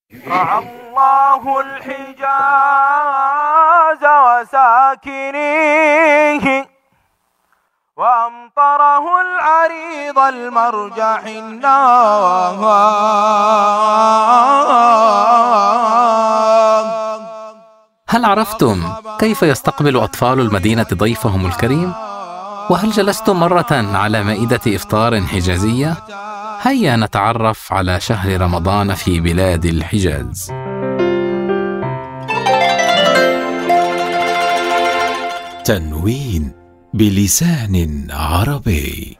رعى الله الحجاز وساكنيه وأمطره العريض المرجع هل عرفتم كيف يستقبل أطفال المدينة ضيفهم الكريم؟ وهل جلستم مرة على مائدة إفطار حجازية؟ هيا نتعرف على شهر رمضان في بلاد الحجاز. تنوين بلسان عربي.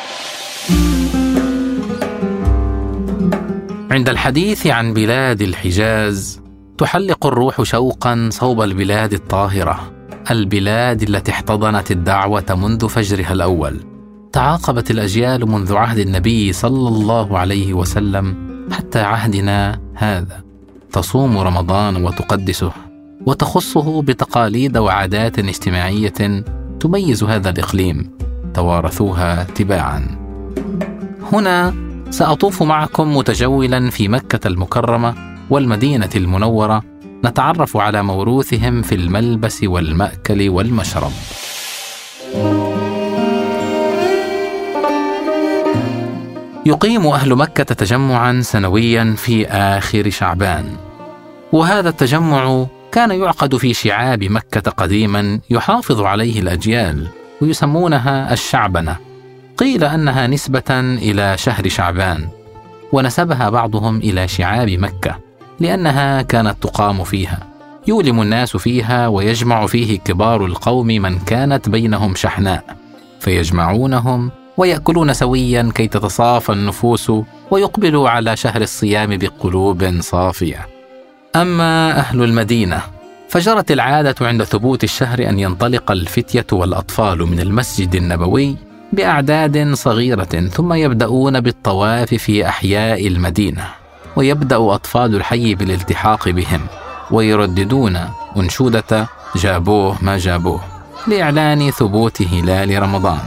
عند الحديث عن بلاد الحجاز تحلق الروح شوقا صوب البلاد الطاهرة، البلاد التي احتضنت الدعوة منذ فجرها الأول. تعاقبت الأجيال منذ عهد النبي صلى الله عليه وسلم حتى عهدنا هذا، تصوم رمضان وتقدسه وتخصه بتقاليد وعادات اجتماعية تميز هذا الإقليم، توارثوها تباعا. هنا سأطوف معكم متجولا في مكة المكرمة والمدينة المنورة، نتعرف على موروثهم في الملبس والمأكل والمشرب. يقيم أهل مكة تجمعا سنويا في آخر شعبان، وهذا التجمع كان يعقد في شعاب مكة قديما يحافظ عليه الأجيال، ويسمونها الشعبنة. قيل أنها نسبة إلى شهر شعبان، ونسبها بعضهم إلى شعاب مكة لأنها كانت تقام فيها، يولم الناس فيها ويجمع فيه كبار القوم من كانت بينهم شحناء، فيجمعونهم ويأكلون سويا كي تتصافى النفوس ويقبلوا على شهر الصيام بقلوب صافية. أما أهل المدينة فجرت العادة عند ثبوت الشهر أن ينطلق الفتية والأطفال من المسجد النبوي بأعداد صغيرة، ثم يبدأون بالطواف في أحياء المدينة، ويبدأ أطفال الحي بالالتحاق بهم ويرددون أنشودة جابوه ما جابوه لإعلان ثبوت هلال رمضان.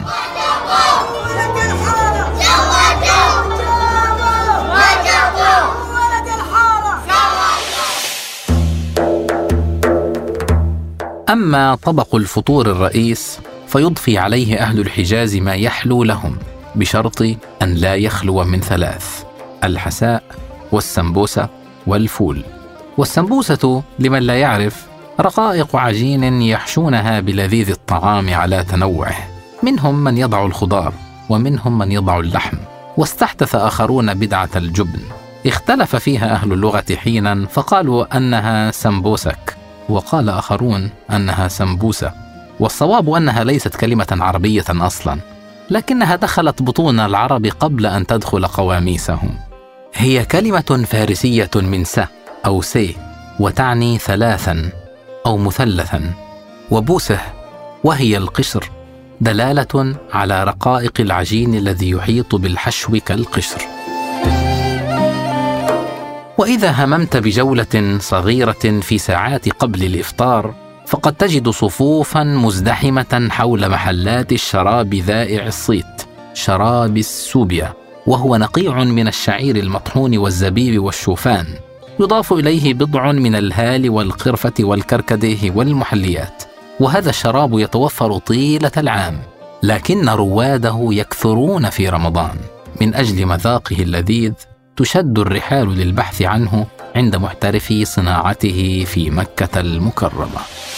أما طبق الفطور الرئيس فيضفي عليه أهل الحجاز ما يحلو لهم، بشرط أن لا يخلو من ثلاث: الحساء والسمبوسة والفول. والسمبوسة لمن لا يعرف رقائق عجين يحشونها بلذيذ الطعام على تنوعه، منهم من يضع الخضار ومنهم من يضع اللحم، واستحدث آخرون بدعة الجبن اختلف فيها أهل اللغة حينا، فقالوا أنها سمبوسك، وقال آخرون أنها سمبوسة، والصواب أنها ليست كلمة عربية أصلا، لكنها دخلت بطون العرب قبل أن تدخل قواميسهم. هي كلمة فارسية من س أو سي، وتعني ثلاثا أو مثلثا، وبوسه وهي القشر، دلالة على رقائق العجين الذي يحيط بالحشو كالقشر. وإذا هممت بجولة صغيرة في ساعات قبل الإفطار فقد تجد صفوفا مزدحمة حول محلات الشراب ذائع الصيت، شراب السوبيا، وهو نقيع من الشعير المطحون والزبيب والشوفان، يضاف إليه بضع من الهال والقرفة والكركديه والمحليات. وهذا الشراب يتوفر طيلة العام، لكن رواده يكثرون في رمضان. من أجل مذاقه اللذيذ تشد الرحال للبحث عنه عند محترفي صناعته في مكة المكرمة.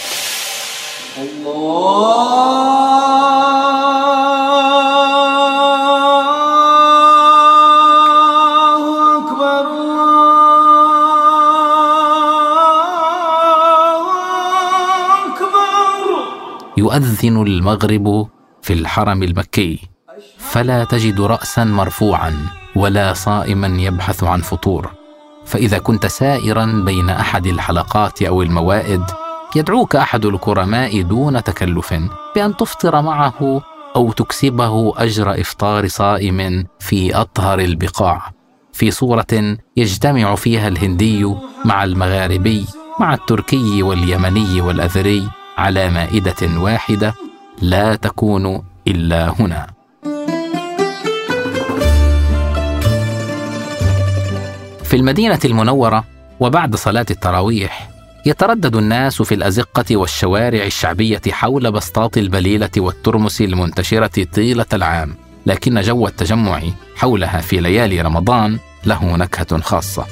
يؤذن المغرب في الحرم المكي، فلا تجد رأسا مرفوعا ولا صائما يبحث عن فطور، فإذا كنت سائرا بين أحد الحلقات أو الموائد يدعوك أحد الكرماء دون تكلف بأن تفطر معه أو تكسبه أجر إفطار صائم في أطهر البقاع، في صورة يجتمع فيها الهندي مع المغاربي مع التركي واليمني والأذري على مائدة واحدة لا تكون إلا هنا. في المدينة المنورة وبعد صلاة التراويح يتردد الناس في الأزقة والشوارع الشعبية حول بسطات البليلة والترمس المنتشرة طيلة العام، لكن جو التجمع حولها في ليالي رمضان له نكهة خاصة.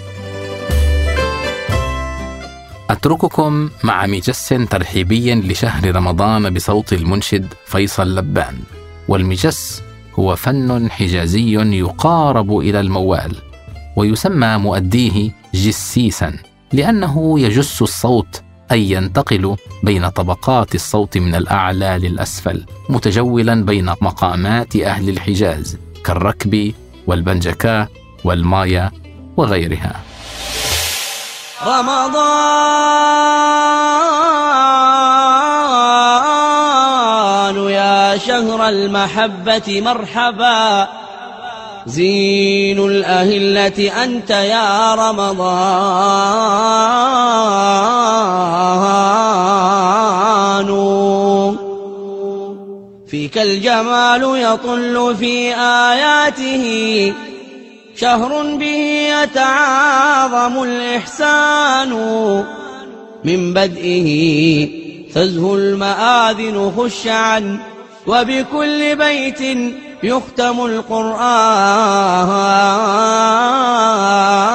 أترككم مع مجس ترحيبي لشهر رمضان بصوت المنشد فيصل لبان. والمجس هو فن حجازي يقارب إلى الموال، ويسمى مؤديه جسيسا لأنه يجس الصوت، أي ينتقل بين طبقات الصوت من الأعلى للأسفل، متجولا بين مقامات أهل الحجاز كالركب والبنجكة والمايا وغيرها. رمضان يا شهر المحبة مرحبا، زين الأهلة أنت يا رمضان، فيك الجمال يطل في آياته، شهر به يتعاظم الإحسان، من بدئه تزهو المآذن خشعا، وبكل بيت يختم القرآن.